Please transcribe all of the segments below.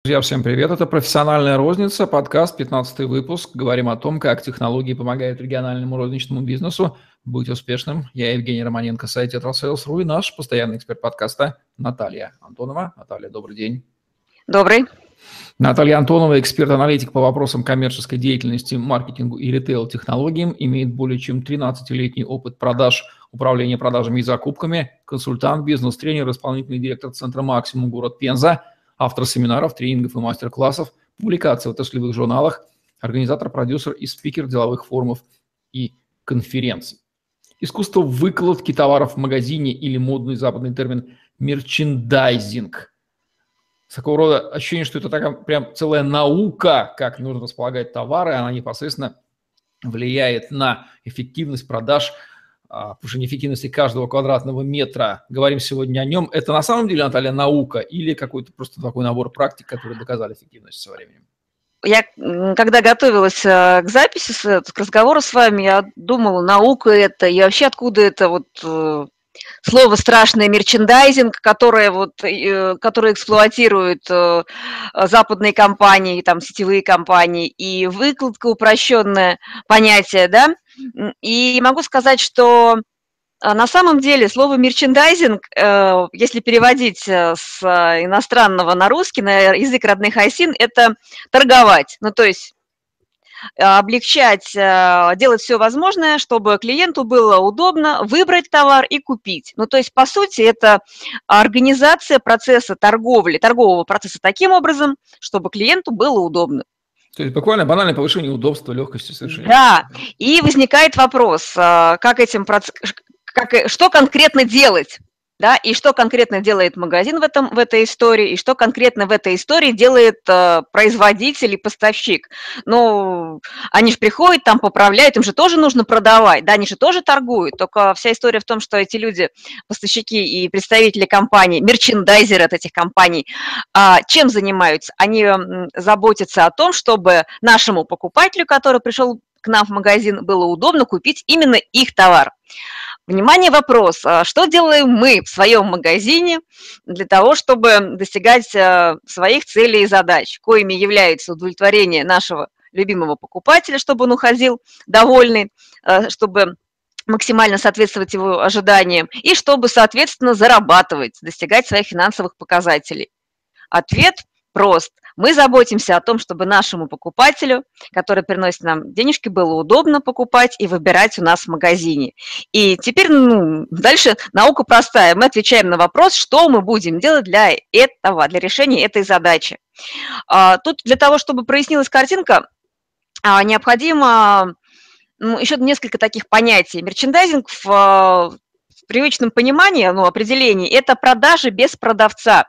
Друзья, всем привет! Это «Профессиональная розница», подкаст, 15 выпуск. Говорим о том, как технологии помогают региональному розничному бизнесу быть успешным. Я Евгений Романенко, сайт «Тетрасейлс.ру» и наш постоянный эксперт подкаста Наталья Антонова. Наталья, добрый день. Добрый. Наталья Антонова, эксперт-аналитик по вопросам коммерческой деятельности, маркетингу и ритейл-технологиям, имеет более чем 13-летний опыт продаж, управления продажами и закупками, консультант, бизнес-тренер, исполнительный директор Центра «Максимум», город Пенза, автор семинаров, тренингов и мастер-классов, публикаций в отраслевых журналах, организатор, продюсер и спикер деловых форумов и конференций. Искусство выкладки товаров в магазине или модный западный термин мерчендайзинг. Такого рода ощущение, что это такая прям целая наука, как нужно располагать товары, она непосредственно влияет на эффективность продаж, повышение эффективности каждого квадратного метра. Говорим сегодня о нем. Это на самом деле, Наталья, наука или какой-то просто такой набор практик, которые доказали эффективность со временем? Я, когда готовилась к записи, к разговору с вами, я думала, наука это, и вообще откуда это вот слово страшное мерчендайзинг, которое эксплуатируют западные компании, там, сетевые компании, и выкладка упрощенное понятие, да. И могу сказать, что на самом деле слово мерчендайзинг, если переводить с иностранного на русский, на язык родных осин, это торговать. Ну, то есть облегчать, делать все возможное, чтобы клиенту было удобно выбрать товар и купить. Ну, то есть, по сути, это организация процесса торговли, торгового процесса таким образом, чтобы клиенту было удобно. То есть буквально банальное повышение удобства, легкости совершения. Да, и возникает вопрос, что конкретно делать? Да, и что конкретно делает магазин в этой истории, и что конкретно в этой истории делает производитель и поставщик. Ну, они же приходят, там поправляют, им же тоже нужно продавать, да, они же тоже торгуют, только вся история в том, что эти люди, поставщики и представители компаний, мерчендайзеры от этих компаний, чем занимаются? Они заботятся о том, чтобы нашему покупателю, который пришел к нам в магазин, было удобно купить именно их товар. Внимание, вопрос, что делаем мы в своем магазине для того, чтобы достигать своих целей и задач, коими является удовлетворение нашего любимого покупателя, чтобы он уходил довольный, чтобы максимально соответствовать его ожиданиям, и чтобы, соответственно, зарабатывать, достигать своих финансовых показателей. Ответ прост. Мы заботимся о том, чтобы нашему покупателю, который приносит нам денежки, было удобно покупать и выбирать у нас в магазине. И теперь дальше наука простая. Мы отвечаем на вопрос, что мы будем делать для этого, для решения этой задачи. Тут для того, чтобы прояснилась картинка, необходимо еще несколько таких понятий. Мерчендайзинг в привычном понимании, определении, это продажи без продавца.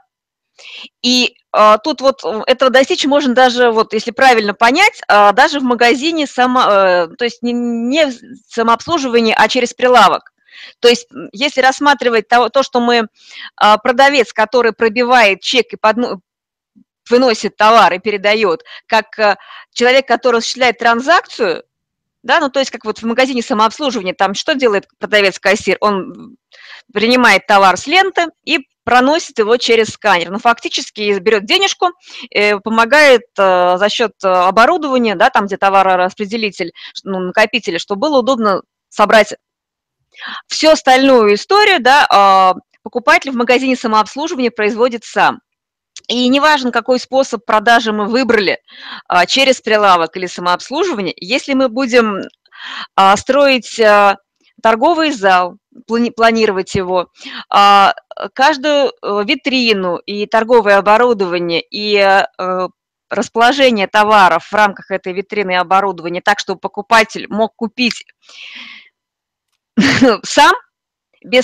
И тут вот этого достичь можно даже, вот, если правильно понять, даже в магазине, то есть не в самообслуживании, а через прилавок. То есть если рассматривать то, что мы, продавец, который пробивает чек и выносит товар и передает, как человек, который осуществляет транзакцию, да, то есть как вот в магазине самообслуживания, там что делает продавец-кассир? Он принимает товар с ленты и проносит его через сканер. Фактически берет денежку, помогает за счет оборудования, да, там, где товарораспределитель, накопители, чтобы было удобно собрать всю остальную историю, да, покупатель в магазине самообслуживания производит сам. И неважно, какой способ продажи мы выбрали, через прилавок или самообслуживание, если мы будем строить торговый зал, планировать его, каждую витрину и торговое оборудование, и расположение товаров в рамках этой витрины и оборудования так, чтобы покупатель мог купить сам, без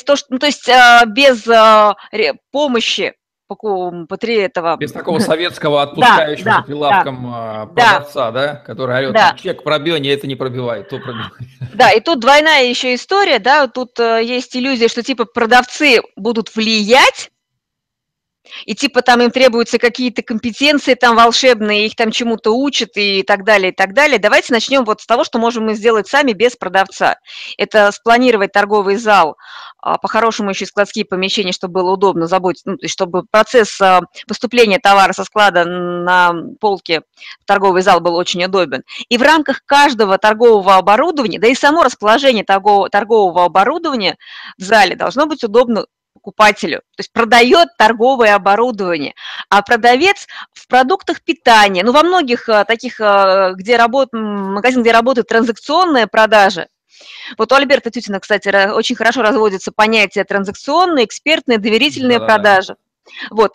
помощи этого. Без такого советского отпускающего за прилавком продавца, да, который орет, чек пробил, не это не пробивает, то пробивает. Да, и тут двойная еще история, да, тут есть иллюзия, что типа продавцы будут влиять и типа там им требуются какие-то компетенции там волшебные, их там чему-то учат и так далее, и так далее. Давайте начнем вот с того, что можем мы сделать сами без продавца. Это спланировать торговый зал, по-хорошему еще и складские помещения, чтобы было удобно заботиться, ну, то есть чтобы процесс поступления товара со склада на полке в торговый зал был очень удобен. И в рамках каждого торгового оборудования, да и само расположение торгового оборудования в зале должно быть удобно покупателю, то есть продает торговое оборудование, а продавец в продуктах питания, ну, во многих таких, магазин, где работает транзакционная продажа, вот у Альберта Тютина, кстати, очень хорошо разводятся понятия транзакционные, экспертные, доверительные продажи. Вот,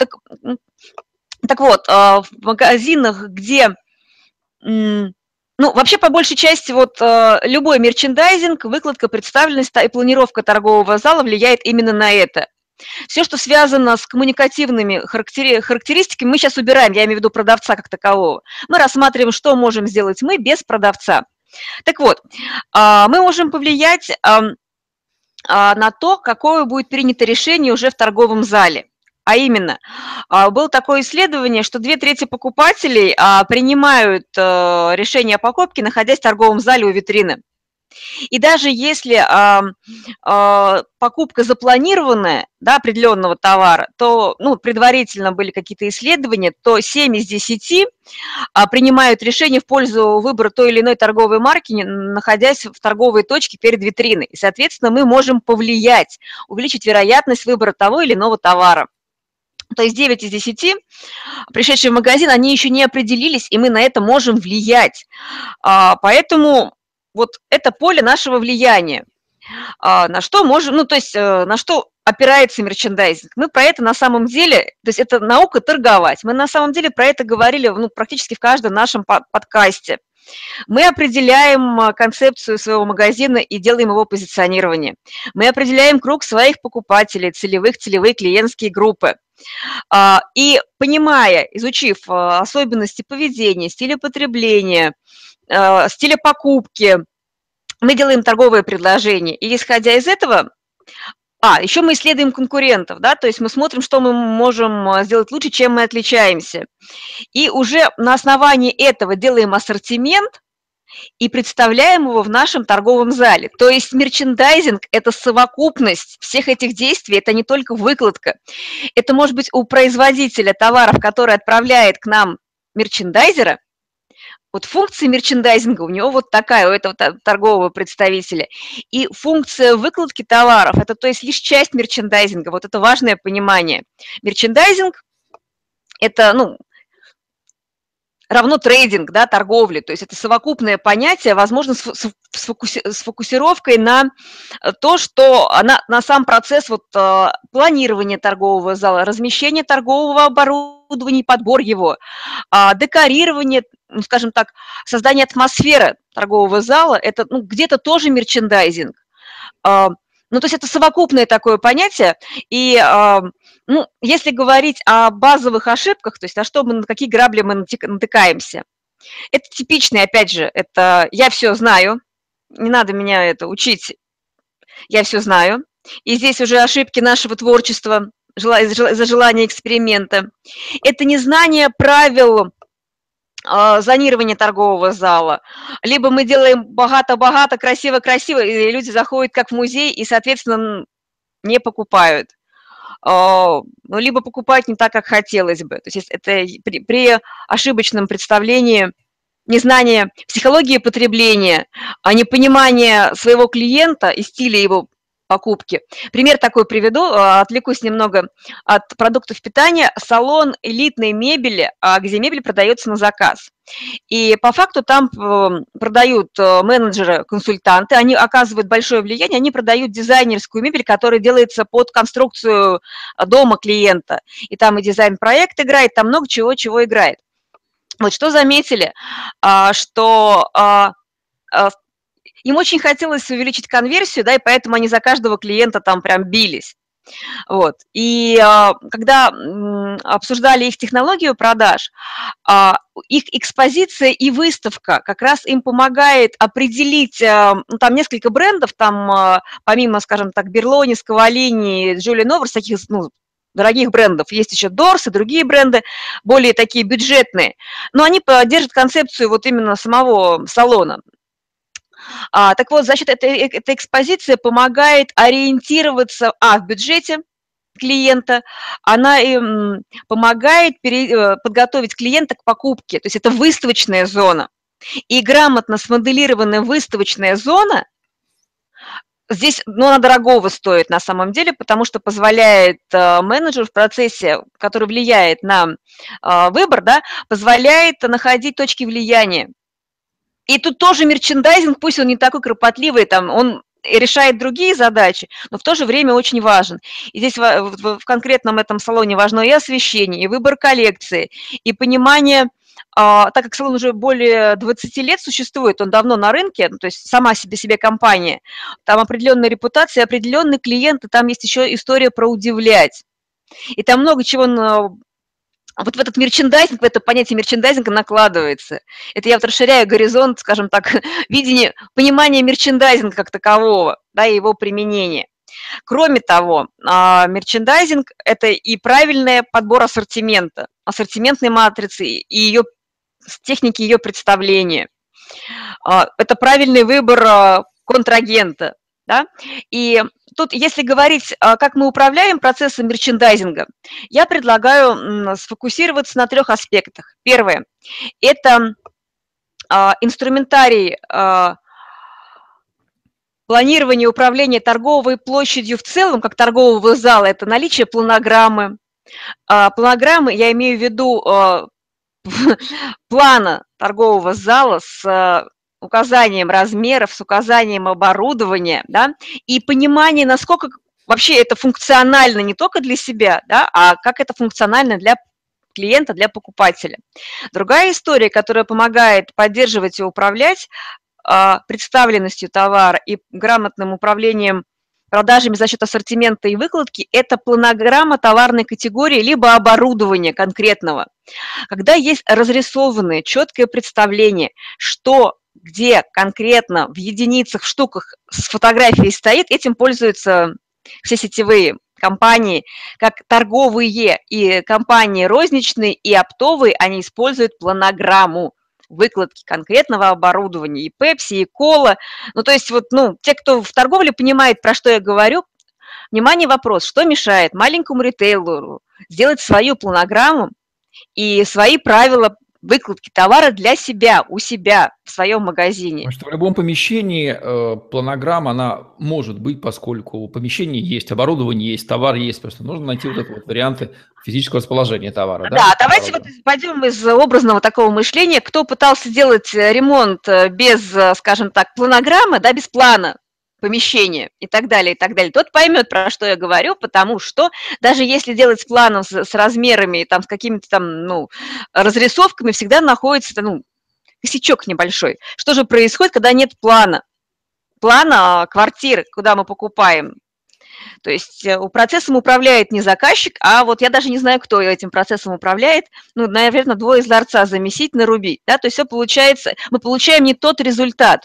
так вот, в магазинах, где, ну, вообще, по большей части, вот любой мерчендайзинг, выкладка, представленность и планировка торгового зала влияет именно на это. Все, что связано с коммуникативными характеристиками, мы сейчас убираем, я имею в виду продавца как такового. Мы рассматриваем, что можем сделать мы без продавца. Так вот, мы можем повлиять на то, какое будет принято решение уже в торговом зале. А именно, было такое исследование, что 2/3 покупателей принимают решение о покупке, находясь в торговом зале у витрины. И даже если покупка запланированная, да, определенного товара, то, ну, предварительно были какие-то исследования, то 7 из 10 принимают решение в пользу выбора той или иной торговой марки, находясь в торговой точке перед витриной. И, соответственно, мы можем повлиять, увеличить вероятность выбора того или иного товара. То есть 9 из 10, пришедшие в магазин, они еще не определились, и мы на это можем влиять. Поэтому вот это поле нашего влияния. На что можем, ну, то есть на что опирается мерчендайзинг. Мы про это на самом деле, то есть это наука торговать. Мы на самом деле про это говорили, ну, практически в каждом нашем подкасте. Мы определяем концепцию своего магазина и делаем его позиционирование. Мы определяем круг своих покупателей, целевые клиентские группы. И понимая, изучив особенности поведения, стиля потребления, стиля покупки, мы делаем торговые предложения. И исходя из этого, еще мы исследуем конкурентов, да, то есть мы смотрим, что мы можем сделать лучше, чем мы отличаемся. И уже на основании этого делаем ассортимент и представляем его в нашем торговом зале. То есть мерчендайзинг – это совокупность всех этих действий, это не только выкладка. Это может быть у производителя товаров, который отправляет к нам мерчендайзера. Вот функция мерчендайзинга у него вот такая, у этого торгового представителя. И функция выкладки товаров – это, то есть, лишь часть мерчендайзинга. Вот это важное понимание. Мерчендайзинг – это, ну, равно трейдинг, да, торговли. То есть это совокупное понятие, возможно, с фокусировкой на то, что на сам процесс вот, планирования торгового зала, размещения торгового оборудования, подбор его, декорирование, ну, скажем так, создание атмосферы торгового зала, это, ну, где-то тоже мерчендайзинг. Ну, то есть это совокупное такое понятие, и, ну, если говорить о базовых ошибках, то есть на какие грабли мы натыкаемся, это типичный, опять же, это «я все знаю», не надо меня это учить, «я все знаю», и здесь уже ошибки нашего творчества, из-за желания эксперимента. Это незнание правил зонирование торгового зала, либо мы делаем богато-богато, красиво-красиво, и люди заходят как в музей и, соответственно, не покупают. Либо покупают не так, как хотелось бы. То есть это при ошибочном представлении, незнание психологии потребления, непонимание своего клиента и стиля его покупки. Пример такой приведу, отвлекусь немного от продуктов питания. Салон элитной мебели, где мебель продается на заказ. И по факту там продают менеджеры, консультанты, они оказывают большое влияние, они продают дизайнерскую мебель, которая делается под конструкцию дома клиента. И там и дизайн-проект играет, там много чего играет. Вот что заметили, что им очень хотелось увеличить конверсию, да, и поэтому они за каждого клиента там прям бились. Вот. И когда обсуждали их технологию продаж, их экспозиция и выставка как раз им помогает определить, ну, там несколько брендов, там помимо, скажем так, Берлони, Скавалини, Джулия Новарс, таких, ну, дорогих брендов. Есть еще Дорс и другие бренды, более такие бюджетные. Но они поддерживают концепцию вот именно самого салона. Так вот, за счет этой экспозиции помогает ориентироваться в бюджете клиента, она помогает подготовить клиента к покупке. То есть это выставочная зона. И грамотно смоделированная выставочная зона здесь, ну, она дорогого стоит на самом деле, потому что позволяет менеджеру в процессе, который влияет на выбор, да, позволяет находить точки влияния. И тут тоже мерчендайзинг, пусть он не такой кропотливый, там, он решает другие задачи, но в то же время очень важен. И здесь в конкретном этом салоне важно и освещение, и выбор коллекции, и понимание, так как салон уже более 20 лет существует, он давно на рынке, то есть сама себе компания, там определенная репутация, определенные клиенты, там есть еще история про удивлять. И там много чего вот в этот мерчендайзинг, в это понятие мерчендайзинга накладывается. Это я вот расширяю горизонт, скажем так, видение, понимание мерчендайзинга как такового, да, и его применение. Кроме того, мерчендайзинг – это и правильный подбор ассортимента, ассортиментной матрицы и ее, техники ее представления. Это правильный выбор контрагента. Да? И тут, если говорить, как мы управляем процессом мерчендайзинга, я предлагаю сфокусироваться на 3 аспектах. Первое – это инструментарий планирования и управления торговой площадью в целом, как торгового зала, это наличие планограммы. Планограммы, я имею в виду плана торгового зала с указанием размеров, с указанием оборудования, да, и понимание, насколько вообще это функционально не только для себя, да, а как это функционально для клиента, для покупателя. Другая история, которая помогает поддерживать и управлять представленностью товара и грамотным управлением продажами за счет ассортимента и выкладки, это планограмма товарной категории либо оборудования конкретного. Когда есть разрисованное, четкое представление, что где конкретно в единицах, в штуках с фотографией стоит, этим пользуются все сетевые компании, как торговые и компании розничные и оптовые, они используют планограмму выкладки конкретного оборудования, и Pepsi, и Cola. Ну, то есть вот, ну, те, кто в торговле понимает, про что я говорю, внимание, вопрос, что мешает маленькому ритейлеру сделать свою планограмму и свои правила выкладки товара для себя, у себя, в своем магазине. Потому что в любом помещении планограмма, она может быть, поскольку в помещении есть оборудование, есть товар, есть, просто нужно найти вот это вот варианты физического расположения товара. Да, давайте вот пойдем из образного такого мышления. Кто пытался делать ремонт без, скажем так, планограммы, да, без плана помещения и так далее, тот поймет, про что я говорю, потому что даже если делать с планом, с размерами, там, с какими-то там, ну, разрисовками, всегда находится, ну, косячок небольшой. Что же происходит, когда нет плана? Плана квартиры, куда мы покупаем. То есть процессом управляет не заказчик, а вот я даже не знаю, кто этим процессом управляет. Ну, наверное, двое из ларца замесить, нарубить. Да? То есть все получается, мы получаем не тот результат.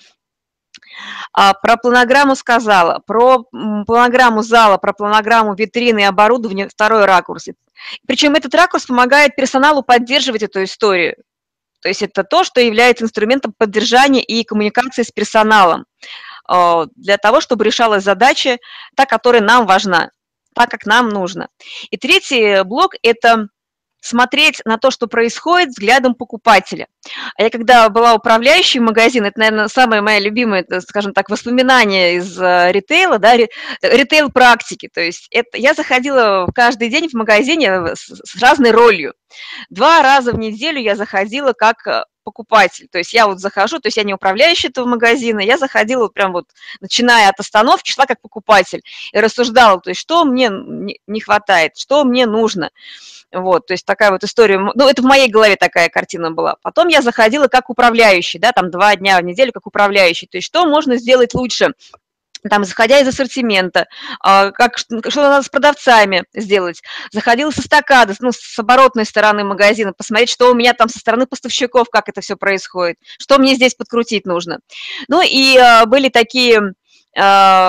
Про планограмму сказала, про планограмму зала, про планограмму витрины и оборудования второй ракурс. Причем этот ракурс помогает персоналу поддерживать эту историю. То есть это то, что является инструментом поддержания и коммуникации с персоналом для того, чтобы решалась задача, та, которая нам важна, так, как нам нужно. И третий блок – это смотреть на то, что происходит, взглядом покупателя. А я когда была управляющей магазина, это, наверное, самое мое любимое, скажем так, воспоминание из ритейла, да, ритейл-практики. То есть это, я заходила каждый день в магазине с разной ролью. 2 раза в неделю я заходила как покупатель. То есть я вот захожу, то есть я не управляющая этого магазина, я заходила вот прям вот, начиная от остановки, шла как покупатель и рассуждала, то есть что мне не хватает, что мне нужно. Вот, то есть такая вот история, ну, это в моей голове такая картина была. Потом я заходила как управляющий, да, там 2 дня в неделю как управляющий, то есть что можно сделать лучше, там, заходя из ассортимента, что надо с продавцами сделать. Заходила со стакады, ну, с оборотной стороны магазина, посмотреть, что у меня там со стороны поставщиков, как это все происходит, что мне здесь подкрутить нужно. Ну, и были такие, скажем так, воспоминания из образного такого мышления. Кто пытался делать ремонт без плана помещения, там, с какими-то там, ну, разрисовками, всегда находится, ну, косячок небольшой. Что же происходит, когда нет плана? Плана квартиры, куда мы покупаем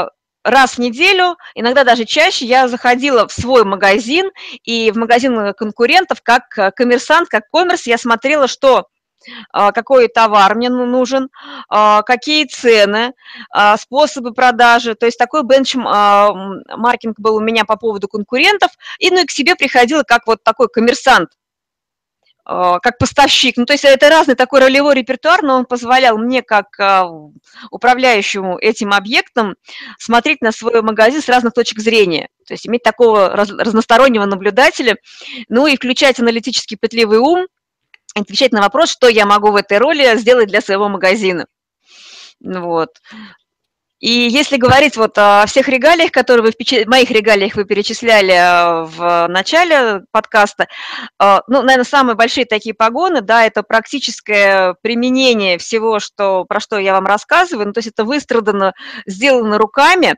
раз в неделю, иногда даже чаще, я заходила в свой магазин и в магазин конкурентов как коммерсант, как коммерс, я смотрела, что какой товар мне нужен, какие цены, способы продажи. То есть такой бенчмаркинг был у меня по поводу конкурентов. И, ну, и к себе приходила как вот такой коммерсант, как поставщик. Ну, то есть это разный такой ролевой репертуар, но он позволял мне, как управляющему этим объектом, смотреть на свой магазин с разных точек зрения. То есть иметь такого разностороннего наблюдателя, ну и включать аналитический пытливый ум, отвечать на вопрос, что я могу в этой роли сделать для своего магазина. Вот. И если говорить вот о всех регалиях, которые моих регалиях вы перечисляли в начале подкаста, ну, наверное, самые большие такие погоны, да, это практическое применение всего, про что я вам рассказываю, ну, то есть это выстрадано, сделано руками,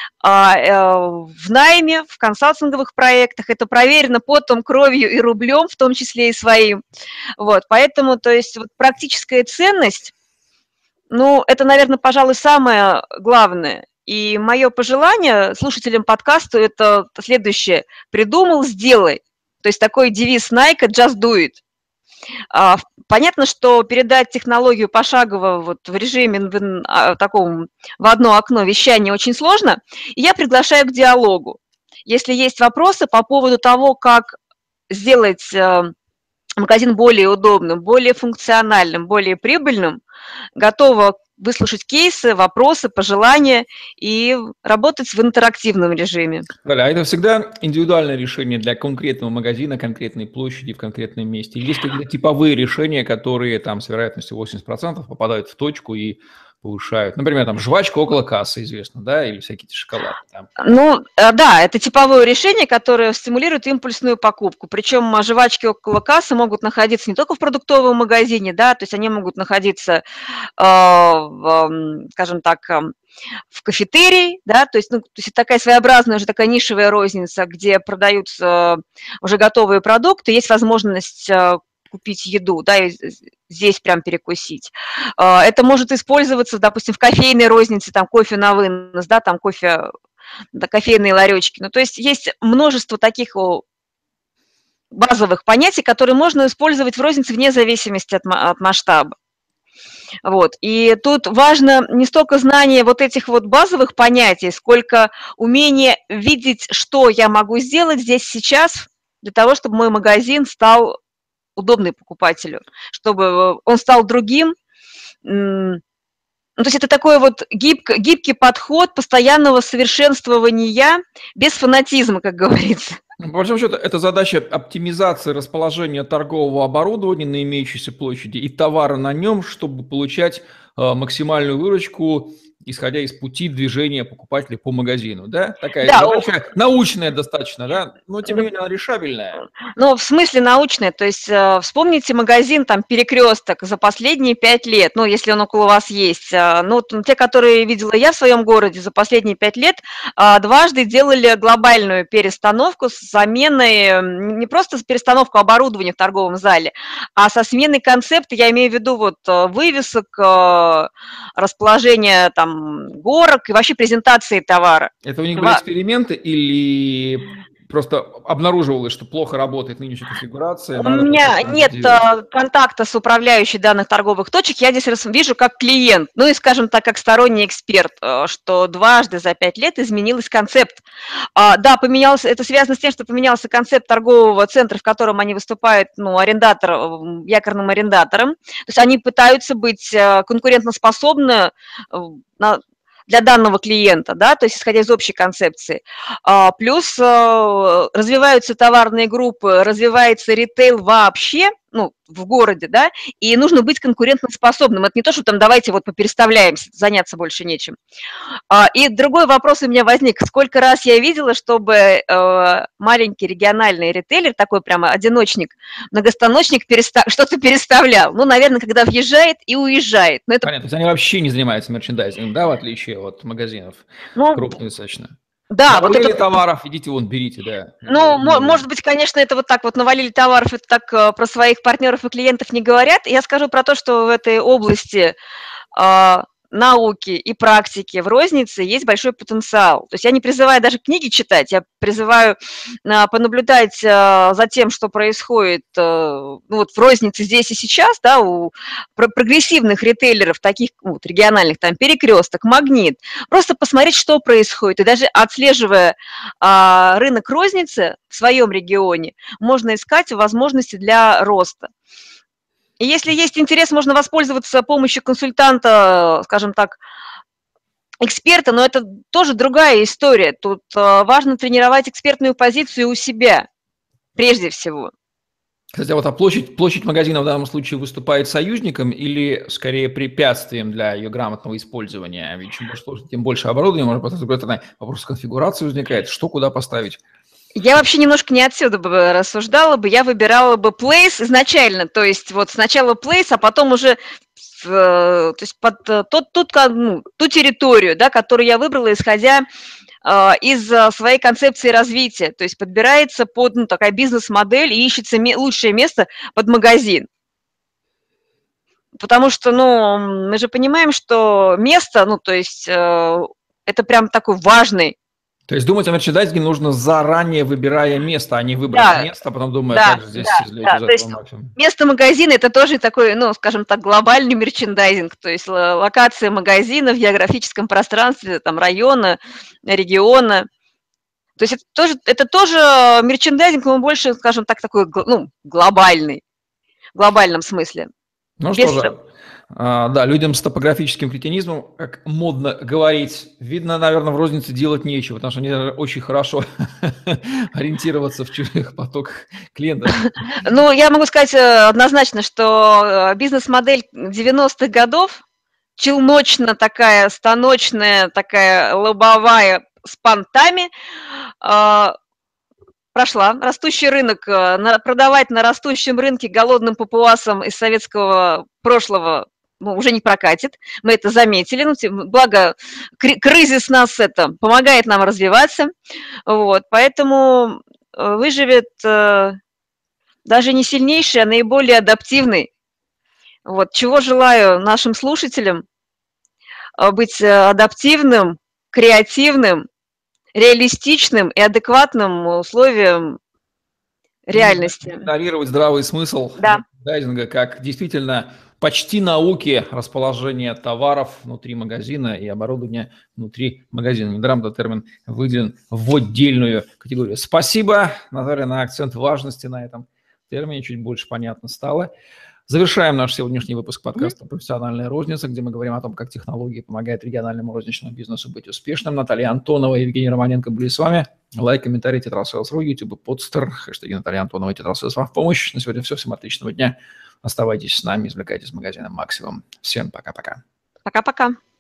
в найме, в консалтинговых проектах, это проверено потом, кровью и рублем, в том числе и своим. Вот, поэтому, то есть вот практическая ценность, ну, это, наверное, пожалуй, самое главное. И мое пожелание слушателям подкаста – это следующее. Придумал – сделай. То есть такой девиз Nike – just do it. Понятно, что передать технологию пошагово вот в режиме таком в одно окно вещания очень сложно, и я приглашаю к диалогу. Если есть вопросы по поводу того, как сделать магазин более удобным, более функциональным, более прибыльным, готова выслушать кейсы, вопросы, пожелания и работать в интерактивном режиме. Галя, а это всегда индивидуальное решение для конкретного магазина, конкретной площади, в конкретном месте? Или есть какие-то типовые решения, которые там с вероятностью 80% попадают в точку и повышают? Например, там жвачка около кассы, известно, да, или всякие шоколады там. Ну, да, это типовое решение, которое стимулирует импульсную покупку. Причем жвачки около кассы могут находиться не только в продуктовом магазине, да, то есть они могут находиться, скажем так, в кафетерии, да, то есть, ну, то есть это такая своеобразная уже такая нишевая розница, где продаются уже готовые продукты, есть возможность купить еду, да, и здесь прям перекусить. Это может использоваться, допустим, в кофейной рознице, там кофе на вынос, да, там кофе, да, кофейные ларечки. Ну, то есть есть множество таких базовых понятий, которые можно использовать в рознице вне зависимости от масштаба. Вот. И тут важно не столько знание вот этих вот базовых понятий, сколько умение видеть, что я могу сделать здесь сейчас для того, чтобы мой магазин стал удобный покупателю, чтобы он стал другим. Ну, то есть это такой вот гибкий подход постоянного совершенствования без фанатизма, как говорится. По большому счету, это задача оптимизации расположения торгового оборудования на имеющейся площади и товара на нем, чтобы получать максимальную выручку, исходя из пути движения покупателей по магазину, да? Такая задача научная достаточно, да? Но тем не менее она решабельная. Ну, в смысле научная, то есть вспомните магазин, там, «Перекресток» за последние 5 лет, ну, если он около вас есть. Ну, те, которые видела я в своем городе за последние 5 лет, дважды делали глобальную перестановку с заменой, не просто перестановку оборудования в торговом зале, а со сменой концепта, я имею в виду вот вывесок, расположения там горок и вообще презентации товара. Это у них были эксперименты или просто обнаруживалось, что плохо работает нынешняя конфигурация? У меня нет контакта с управляющей данных торговых точек, я здесь вижу как клиент, ну и, скажем так, как сторонний эксперт, что дважды за 5 лет изменился концепт. Да, поменялся, это связано с тем, что поменялся концепт торгового центра, в котором они выступают, ну, якорным арендатором, то есть они пытаются быть конкурентоспособны для данного клиента, да, то есть исходя из общей концепции. Плюс развиваются товарные группы, развивается ритейл вообще, ну, в городе, да, и нужно быть конкурентоспособным. Это не то, что там давайте вот попереставляемся, заняться больше нечем. И другой вопрос у меня возник. Сколько раз я видела, чтобы маленький региональный ритейлер, такой прямо одиночник, многостаночник что-то переставлял. Ну, наверное, когда въезжает и уезжает. Но это... Понятно, то есть они вообще не занимаются мерчендайзингом, да, в отличие от магазинов крупных достаточно. Да, навалили вот это... товаров, идите вон, берите, да. Ну, может быть, конечно, это вот так вот навалили товаров, это так про своих партнеров и клиентов не говорят. Я скажу про то, что в этой области, науки и практики в рознице есть большой потенциал. То есть я не призываю даже книги читать, я призываю понаблюдать за тем, что происходит ну, вот в рознице здесь и сейчас, да, у прогрессивных ритейлеров, таких вот, региональных, там, Перекресток, Магнит, просто посмотреть, что происходит. И даже отслеживая рынок розницы в своем регионе, можно искать возможности для роста. И если есть интерес, можно воспользоваться помощью консультанта, скажем так, эксперта, но это тоже другая история. Тут важно тренировать экспертную позицию у себя, прежде всего. Кстати, а вот площадь магазина в данном случае выступает союзником или скорее препятствием для ее грамотного использования? Ведь чем больше площадь, тем больше оборудования, может быть, с другой стороны, вопрос конфигурации возникает, что куда поставить. Я вообще немножко не отсюда бы рассуждала бы, я выбирала бы place изначально, то есть вот сначала place, а потом уже то есть под ту территорию, да, которую я выбрала, исходя из своей концепции развития, то есть подбирается под такая бизнес-модель и ищется лучшее место под магазин. Потому что, ну, мы же понимаем, что место, ну, то есть это прям такой важный. То есть думать о мерчендайзинге нужно заранее, выбирая место, а не выбрав место, а потом думая, как же здесь извлечь из этого максимум. Место магазина – это тоже такой, ну, скажем так, глобальный мерчендайзинг, то есть локация магазина в географическом пространстве, там, района, региона. То есть это тоже мерчендайзинг, но больше, скажем так, такой, ну, глобальный, в глобальном смысле. Ну что же, да, людям с топографическим кретинизмом, как модно говорить, видно, наверное, в рознице делать нечего, потому что они очень хорошо ориентироваться в чужих потоках клиентов. Ну, я могу сказать однозначно, что бизнес-модель 90-х годов, челночно такая, станочная, такая лобовая с понтами, прошла. Растущий рынок, продавать на растущем рынке голодным папуасам из советского прошлого, ну, уже не прокатит. Мы это заметили. Ну, благо, кризис нас это помогает нам развиваться. Вот, поэтому выживет даже не сильнейший, а наиболее адаптивный. Вот, чего желаю нашим слушателям: быть адаптивным, креативным, реалистичным и адекватным условиям реальности. Игнорировать здравый смысл мерчендайзинга как действительно почти науки расположения товаров внутри магазина и оборудования внутри магазина. Недаром этот термин выделен в отдельную категорию. Спасибо, Наталья, на акцент важности на этом термине. Чуть больше понятно стало. Завершаем наш сегодняшний выпуск подкаста «Профессиональная розница», где мы говорим о том, как технологии помогают региональному розничному бизнесу быть успешным. Наталья Антонова и Евгений Романенко были с вами. Лайк, комментарий, Тетрасселс.ру, YouTube, Подстер, хэштеги Наталья Антонова и Тетрасселс вам в помощь. На сегодня все. Всем отличного дня. Оставайтесь с нами, извлекайте из магазина максимум. Всем пока-пока. Пока-пока.